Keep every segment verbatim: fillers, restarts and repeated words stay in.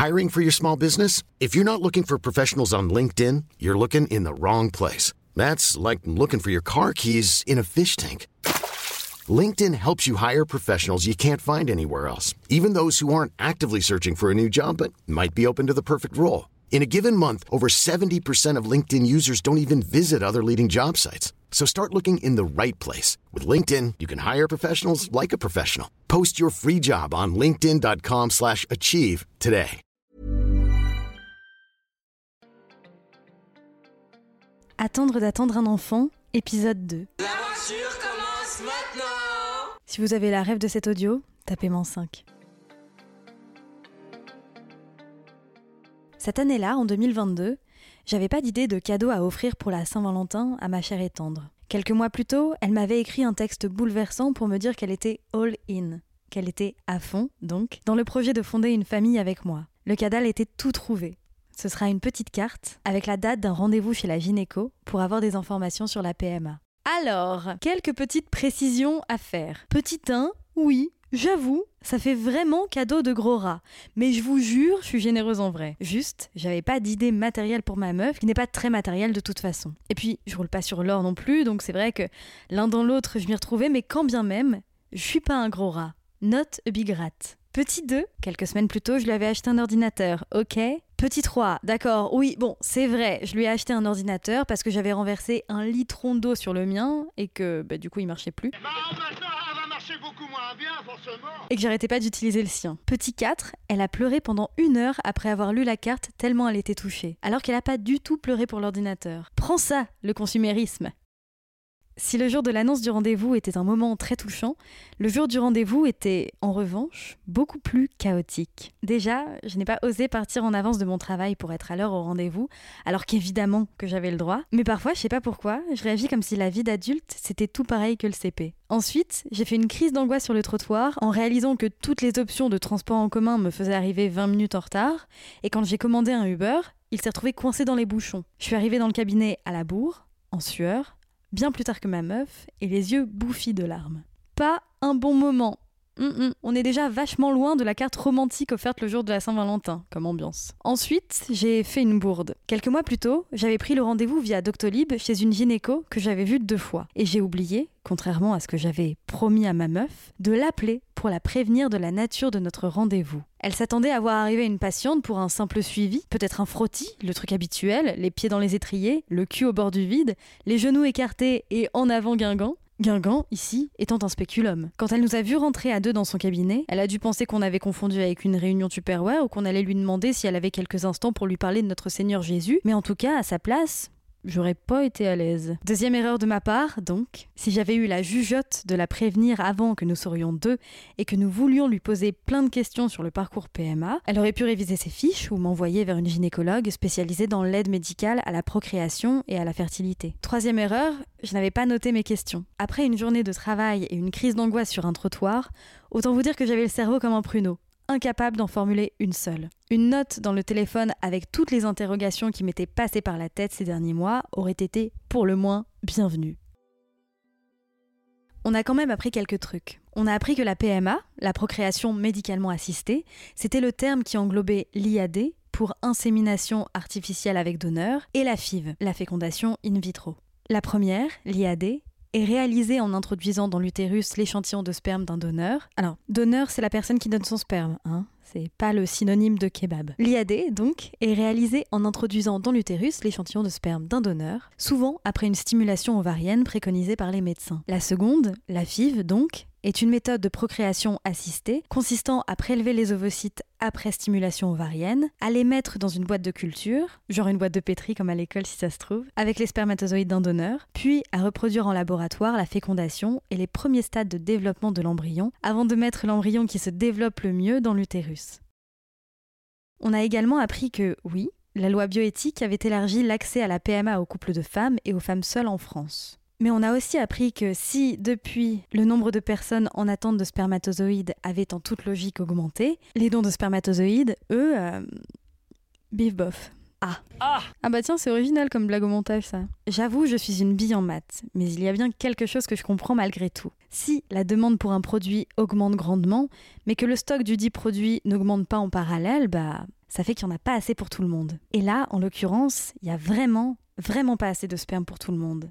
Hiring for your small business? If you're not looking for professionals on LinkedIn, you're looking in the wrong place. That's like looking for your car keys in a fish tank. LinkedIn helps you hire professionals you can't find anywhere else, even those who aren't actively searching for a new job but might be open to the perfect role. In a given month, over seventy percent of LinkedIn users don't even visit other leading job sites. So start looking in the right place. With LinkedIn, you can hire professionals like a professional. Post your free job on linkedin.com slash achieve today. Attendre d'attendre un enfant, épisode deux. L'aventure commence maintenant. Si vous avez la rêve de cet audio, tapez moins cinq. Cette année-là, en deux mille vingt-deux, j'avais pas d'idée de cadeau à offrir pour la Saint-Valentin à ma chère et tendre. Quelques mois plus tôt, elle m'avait écrit un texte bouleversant pour me dire qu'elle était all in, qu'elle était à fond, donc, dans le projet de fonder une famille avec moi. Le cadal était tout trouvé. Ce sera une petite carte avec la date d'un rendez-vous chez la gynéco pour avoir des informations sur la P M A. Alors, quelques petites précisions à faire. Petit un, oui, j'avoue, ça fait vraiment cadeau de gros rat. Mais je vous jure, je suis généreuse en vrai. Juste, j'avais pas d'idée matérielle pour ma meuf, qui n'est pas très matérielle de toute façon. Et puis, je roule pas sur l'or non plus, donc c'est vrai que l'un dans l'autre, je m'y retrouvais, mais quand bien même, je suis pas un gros rat. Not a big rat. Petit deux, quelques semaines plus tôt, je lui avais acheté un ordinateur, ok ? Petit trois, d'accord, oui, bon, c'est vrai, je lui ai acheté un ordinateur parce que j'avais renversé un litron d'eau sur le mien et que, bah, du coup, il marchait plus. Bah, maintenant, elle va marcher beaucoup moins bien, forcément. Et que j'arrêtais pas d'utiliser le sien. Petit quatre, elle a pleuré pendant une heure après avoir lu la carte tellement elle était touchée, alors qu'elle a pas du tout pleuré pour l'ordinateur. Prends ça, le consumérisme. Si le jour de l'annonce du rendez-vous était un moment très touchant, le jour du rendez-vous était, en revanche, beaucoup plus chaotique. Déjà, je n'ai pas osé partir en avance de mon travail pour être à l'heure au rendez-vous, alors qu'évidemment que j'avais le droit. Mais parfois, je sais pas pourquoi, je réagis comme si la vie d'adulte, c'était tout pareil que le C P. Ensuite, j'ai fait une crise d'angoisse sur le trottoir en réalisant que toutes les options de transport en commun me faisaient arriver vingt minutes en retard, et quand j'ai commandé un Uber, il s'est retrouvé coincé dans les bouchons. Je suis arrivée dans le cabinet à la bourre, en sueur, bien plus tard que ma meuf, et les yeux bouffis de larmes. Pas un bon moment. Mm-mm. On est déjà vachement loin de la carte romantique offerte le jour de la Saint-Valentin, comme ambiance. Ensuite, j'ai fait une bourde. Quelques mois plus tôt, j'avais pris le rendez-vous via Doctolib chez une gynéco que j'avais vue deux fois. Et j'ai oublié, contrairement à ce que j'avais promis à ma meuf, de l'appeler pour la prévenir de la nature de notre rendez-vous. Elle s'attendait à voir arriver une patiente pour un simple suivi, peut-être un frottis, le truc habituel, les pieds dans les étriers, le cul au bord du vide, les genoux écartés et en avant guingant. Guingamp, ici, étant un spéculum. Quand elle nous a vus rentrer à deux dans son cabinet, elle a dû penser qu'on avait confondu avec une réunion Tupperware ou qu'on allait lui demander si elle avait quelques instants pour lui parler de notre Seigneur Jésus, mais en tout cas, à sa place, j'aurais pas été à l'aise. Deuxième erreur de ma part, donc, si j'avais eu la jugeote de la prévenir avant que nous serions deux et que nous voulions lui poser plein de questions sur le parcours P M A, elle aurait pu réviser ses fiches ou m'envoyer vers une gynécologue spécialisée dans l'aide médicale à la procréation et à la fertilité. Troisième erreur, je n'avais pas noté mes questions. Après une journée de travail et une crise d'angoisse sur un trottoir, autant vous dire que j'avais le cerveau comme un pruneau, incapable d'en formuler une seule. Une note dans le téléphone avec toutes les interrogations qui m'étaient passées par la tête ces derniers mois aurait été, pour le moins, bienvenue. On a quand même appris quelques trucs. On a appris que la P M A, la procréation médicalement assistée, c'était le terme qui englobait l'I A D pour insémination artificielle avec donneur et la F I V, la fécondation in vitro. La première, l'I A D, est réalisée en introduisant dans l'utérus l'échantillon de sperme d'un donneur. Alors, donneur, c'est la personne qui donne son sperme, hein, c'est pas le synonyme de kebab. L'I A D, donc, est réalisée en introduisant dans l'utérus l'échantillon de sperme d'un donneur, souvent après une stimulation ovarienne préconisée par les médecins. La seconde, la F I V, donc, est une méthode de procréation assistée consistant à prélever les ovocytes après stimulation ovarienne, à les mettre dans une boîte de culture, genre une boîte de pétri comme à l'école si ça se trouve, avec les spermatozoïdes d'un donneur, puis à reproduire en laboratoire la fécondation et les premiers stades de développement de l'embryon avant de mettre l'embryon qui se développe le mieux dans l'utérus. On a également appris que, oui, la loi bioéthique avait élargi l'accès à la P M A aux couples de femmes et aux femmes seules en France. Mais on a aussi appris que si, depuis, le nombre de personnes en attente de spermatozoïdes avait en toute logique augmenté, les dons de spermatozoïdes, eux, euh, bif bof. Ah. ah Ah bah tiens, c'est original comme blague au montage, ça. J'avoue, je suis une bille en maths, mais il y a bien quelque chose que je comprends malgré tout. Si la demande pour un produit augmente grandement, mais que le stock du dit produit n'augmente pas en parallèle, bah... Ça fait qu'il n'y en a pas assez pour tout le monde. Et là, en l'occurrence, il y a vraiment, vraiment pas assez de sperme pour tout le monde.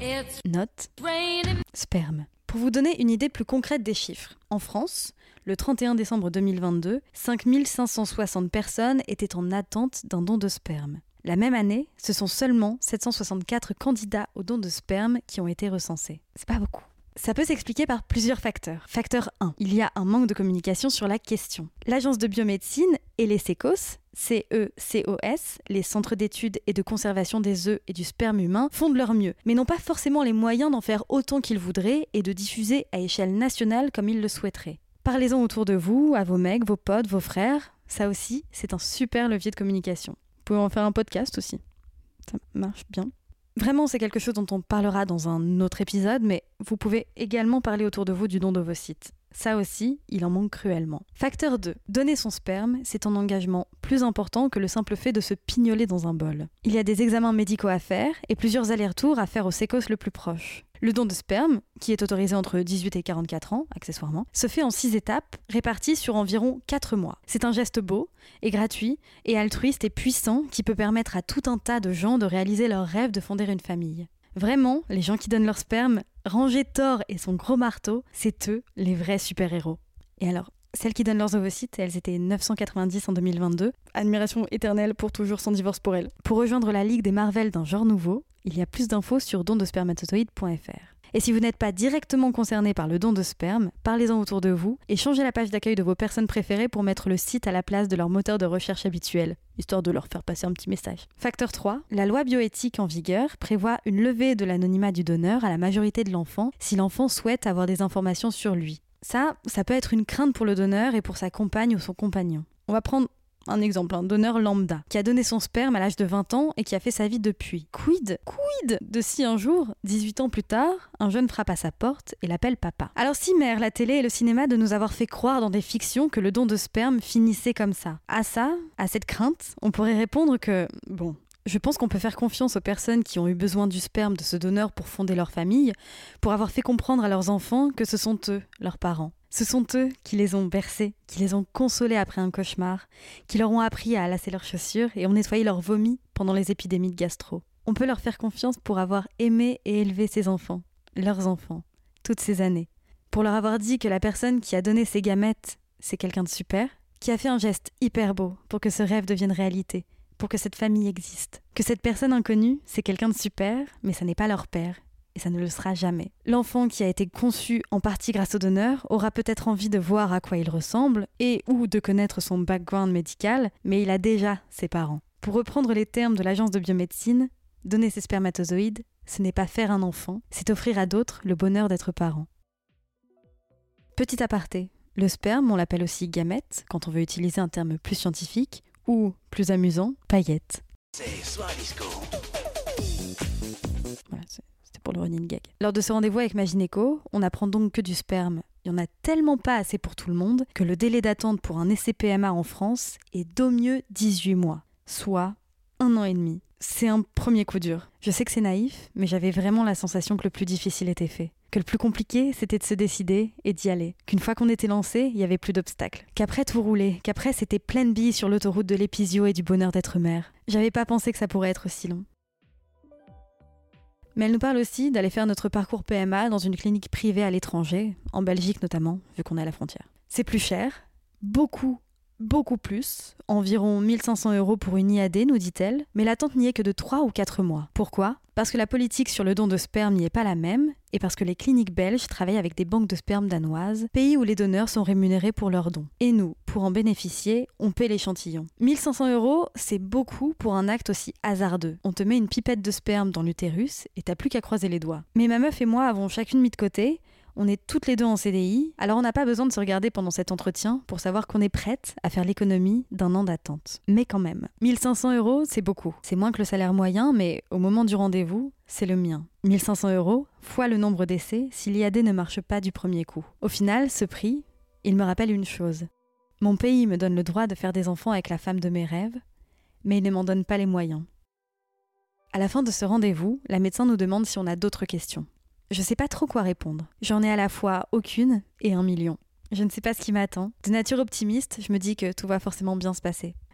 Note, sperme. Pour vous donner une idée plus concrète des chiffres, en France, le trente et un décembre deux mille vingt-deux, cinq mille cinq cent soixante personnes étaient en attente d'un don de sperme. La même année, ce sont seulement sept cent soixante-quatre candidats au don de sperme qui ont été recensés. C'est pas beaucoup. Ça peut s'expliquer par plusieurs facteurs. Facteur un, il y a un manque de communication sur la question. L'Agence de biomédecine et les CECOS, C E C O S, les centres d'études et de conservation des œufs et du sperme humain, font de leur mieux, mais n'ont pas forcément les moyens d'en faire autant qu'ils voudraient et de diffuser à échelle nationale comme ils le souhaiteraient. Parlez-en autour de vous, à vos mecs, vos potes, vos frères. Ça aussi, c'est un super levier de communication. Vous pouvez en faire un podcast aussi. Ça marche bien. Vraiment, c'est quelque chose dont on parlera dans un autre épisode, mais vous pouvez également parler autour de vous du don d'ovocytes. Ça aussi, il en manque cruellement. Facteur deux. Donner son sperme, c'est un engagement plus important que le simple fait de se pignoler dans un bol. Il y a des examens médicaux à faire et plusieurs allers-retours à faire au sécos le plus proche. Le don de sperme, qui est autorisé entre dix-huit et quarante-quatre ans, accessoirement, se fait en six étapes, réparties sur environ quatre mois. C'est un geste beau et gratuit et altruiste et puissant qui peut permettre à tout un tas de gens de réaliser leur rêve de fonder une famille. Vraiment, les gens qui donnent leur sperme, rangez Thor et son gros marteau, c'est eux les vrais super-héros. Et alors, celles qui donnent leurs ovocytes, elles étaient neuf cent quatre-vingt-dix en deux mille vingt-deux. Admiration éternelle pour toujours sans divorce pour elles. Pour rejoindre la Ligue des Marvel d'un genre nouveau, il y a plus d'infos sur don de spermatozoïdes point f r. Et si vous n'êtes pas directement concerné par le don de sperme, parlez-en autour de vous et changez la page d'accueil de vos personnes préférées pour mettre le site à la place de leur moteur de recherche habituel, histoire de leur faire passer un petit message. Facteur trois. La loi bioéthique en vigueur prévoit une levée de l'anonymat du donneur à la majorité de l'enfant si l'enfant souhaite avoir des informations sur lui. Ça, ça peut être une crainte pour le donneur et pour sa compagne ou son compagnon. On va prendre un exemple, un donneur lambda, qui a donné son sperme à l'âge de vingt ans et qui a fait sa vie depuis. Quid Quid de si un jour, dix-huit ans plus tard, un jeune frappe à sa porte et l'appelle papa. Alors si mère, la télé et le cinéma de nous avoir fait croire dans des fictions que le don de sperme finissait comme ça. À ça, à cette crainte, on pourrait répondre que, bon, je pense qu'on peut faire confiance aux personnes qui ont eu besoin du sperme de ce donneur pour fonder leur famille, pour avoir fait comprendre à leurs enfants que ce sont eux, leurs parents. Ce sont eux qui les ont bercés, qui les ont consolés après un cauchemar, qui leur ont appris à lasser leurs chaussures et ont nettoyé leurs vomis pendant les épidémies de gastro. On peut leur faire confiance pour avoir aimé et élevé ces enfants, leurs enfants, toutes ces années. Pour leur avoir dit que la personne qui a donné ces gamètes, c'est quelqu'un de super, qui a fait un geste hyper beau pour que ce rêve devienne réalité, pour que cette famille existe. Que cette personne inconnue, c'est quelqu'un de super, mais ça n'est pas leur père. Et ça ne le sera jamais. L'enfant qui a été conçu en partie grâce au donneur aura peut-être envie de voir à quoi il ressemble et ou de connaître son background médical, mais il a déjà ses parents. Pour reprendre les termes de l'agence de biomédecine, donner ses spermatozoïdes, ce n'est pas faire un enfant, c'est offrir à d'autres le bonheur d'être parent. Petit aparté, le sperme, on l'appelle aussi gamète, quand on veut utiliser un terme plus scientifique, ou, plus amusant, paillette. C'est soit disco. Voilà, c'est... pour le running gag. Lors de ce rendez-vous avec ma gynéco, on apprend donc que du sperme. Il n'y en a tellement pas assez pour tout le monde que le délai d'attente pour un essai P M A en France est d'au mieux dix-huit mois, soit un an et demi. C'est un premier coup dur. Je sais que c'est naïf, mais j'avais vraiment la sensation que le plus difficile était fait. Que le plus compliqué, c'était de se décider et d'y aller. Qu'une fois qu'on était lancé, il n'y avait plus d'obstacles. Qu'après tout roulait, qu'après c'était pleine bille sur l'autoroute de l'épisio et du bonheur d'être mère. J'avais pas pensé que ça pourrait être aussi long. Mais elle nous parle aussi d'aller faire notre parcours P M A dans une clinique privée à l'étranger, en Belgique notamment, vu qu'on est à la frontière. C'est plus cher, beaucoup, beaucoup plus, environ mille cinq cents euros pour une I A D, nous dit-elle, mais l'attente n'y est que de trois ou quatre mois. Pourquoi ? Parce que la politique sur le don de sperme n'y est pas la même, et parce que les cliniques belges travaillent avec des banques de sperme danoises, pays où les donneurs sont rémunérés pour leurs dons. Et nous, pour en bénéficier, on paie l'échantillon. mille cinq cents euros, c'est beaucoup pour un acte aussi hasardeux. On te met une pipette de sperme dans l'utérus, et t'as plus qu'à croiser les doigts. Mais ma meuf et moi avons chacune mis de côté. On est toutes les deux en C D I, alors on n'a pas besoin de se regarder pendant cet entretien pour savoir qu'on est prête à faire l'économie d'un an d'attente. Mais quand même, mille cinq cents euros, c'est beaucoup. C'est moins que le salaire moyen, mais au moment du rendez-vous, c'est le mien. mille cinq cents euros, fois le nombre d'essais, si l'I A D ne marche pas du premier coup. Au final, ce prix, il me rappelle une chose. Mon pays me donne le droit de faire des enfants avec la femme de mes rêves, mais il ne m'en donne pas les moyens. À la fin de ce rendez-vous, la médecin nous demande si on a d'autres questions. Je sais pas trop quoi répondre. J'en ai à la fois aucune et un million. Je ne sais pas ce qui m'attend. De nature optimiste, je me dis que tout va forcément bien se passer.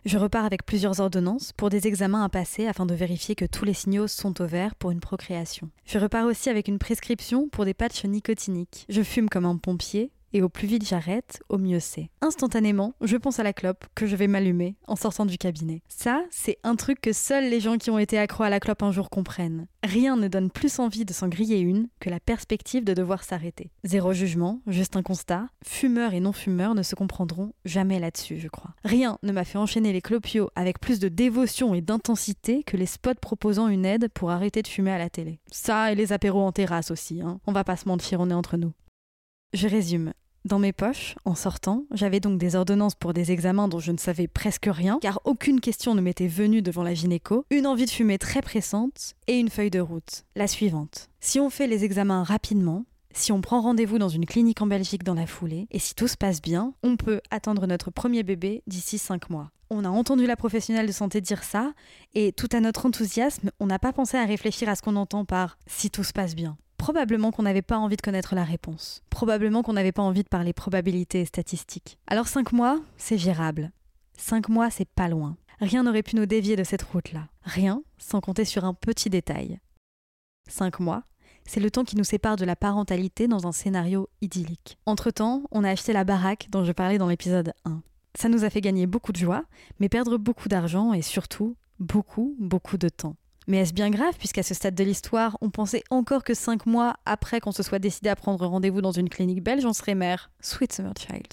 Je repars avec plusieurs ordonnances pour des examens à passer afin de vérifier que tous les signaux sont au vert pour une procréation. Je repars aussi avec une prescription pour des patchs nicotiniques. Je fume comme un pompier. Et au plus vite j'arrête, au mieux c'est. Instantanément, je pense à la clope que je vais m'allumer en sortant du cabinet. Ça, c'est un truc que seuls les gens qui ont été accros à la clope un jour comprennent. Rien ne donne plus envie de s'en griller une que la perspective de devoir s'arrêter. Zéro jugement, juste un constat. Fumeurs et non-fumeurs ne se comprendront jamais là-dessus, je crois. Rien ne m'a fait enchaîner les clopios avec plus de dévotion et d'intensité que les spots proposant une aide pour arrêter de fumer à la télé. Ça et les apéros en terrasse aussi, hein. On va pas se mentir, on est entre nous. Je résume. Dans mes poches, en sortant, j'avais donc des ordonnances pour des examens dont je ne savais presque rien, car aucune question ne m'était venue devant la gynéco, une envie de fumer très pressante et une feuille de route. La suivante. Si on fait les examens rapidement, si on prend rendez-vous dans une clinique en Belgique dans la foulée, et si tout se passe bien, on peut attendre notre premier bébé d'ici cinq mois. On a entendu la professionnelle de santé dire ça, et tout à notre enthousiasme, on n'a pas pensé à réfléchir à ce qu'on entend par « si tout se passe bien ». Probablement qu'on n'avait pas envie de connaître la réponse. Probablement qu'on n'avait pas envie de parler probabilités et statistiques. Alors cinq mois, c'est gérable. Cinq mois, c'est pas loin. Rien n'aurait pu nous dévier de cette route-là. Rien, sans compter sur un petit détail. Cinq mois, c'est le temps qui nous sépare de la parentalité dans un scénario idyllique. Entre-temps, on a acheté la baraque dont je parlais dans l'épisode un. Ça nous a fait gagner beaucoup de joie, mais perdre beaucoup d'argent et surtout, beaucoup, beaucoup de temps. Mais est-ce bien grave puisqu'à ce stade de l'histoire, on pensait encore que cinq mois après qu'on se soit décidé à prendre rendez-vous dans une clinique belge, on serait mère. Sweet summer child.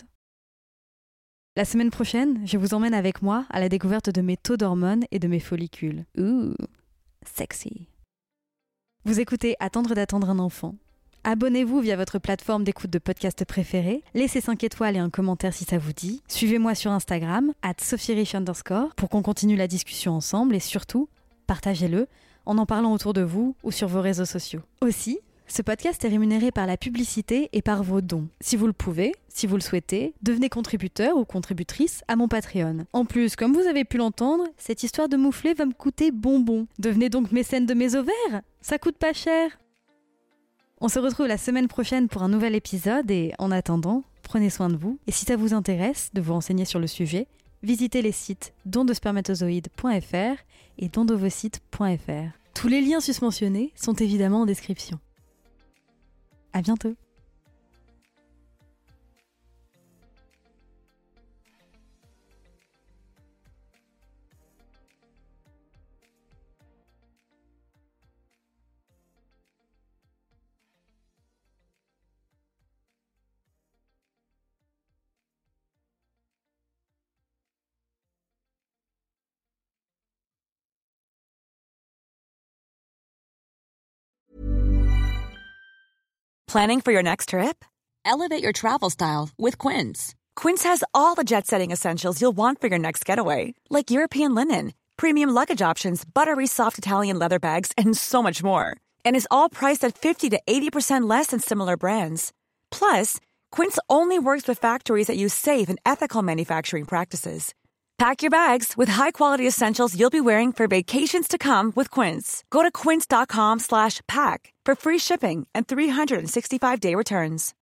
La semaine prochaine, je vous emmène avec moi à la découverte de mes taux d'hormones et de mes follicules. Ouh, sexy. Vous écoutez Attendre d'attendre un enfant. Abonnez-vous via votre plateforme d'écoute de podcast préférée, laissez cinq étoiles et un commentaire si ça vous dit, suivez-moi sur Instagram, arobase sophierich underscore, pour qu'on continue la discussion ensemble et surtout, partagez-le en en parlant autour de vous ou sur vos réseaux sociaux. Aussi, ce podcast est rémunéré par la publicité et par vos dons. Si vous le pouvez, si vous le souhaitez, devenez contributeur ou contributrice à mon Patreon. En plus, comme vous avez pu l'entendre, cette histoire de moufler va me coûter bonbon. Devenez donc mécène de mes ovaires, ça coûte pas cher. On se retrouve la semaine prochaine pour un nouvel épisode et en attendant, prenez soin de vous. Et si ça vous intéresse de vous renseigner sur le sujet, visitez les sites dondespermatozoïdes point f r et dondovocytes point f r. Tous les liens susmentionnés sont évidemment en description. À bientôt. Planning for your next trip? Elevate your travel style with Quince. Quince has all the jet-setting essentials you'll want for your next getaway, like European linen, premium luggage options, buttery soft Italian leather bags, and so much more. And is all priced at fifty to eighty percent less than similar brands. Plus, Quince only works with factories that use safe and ethical manufacturing practices. Pack your bags with high-quality essentials you'll be wearing for vacations to come with Quince. Go to quince.com slash pack for free shipping and three sixty-five day returns.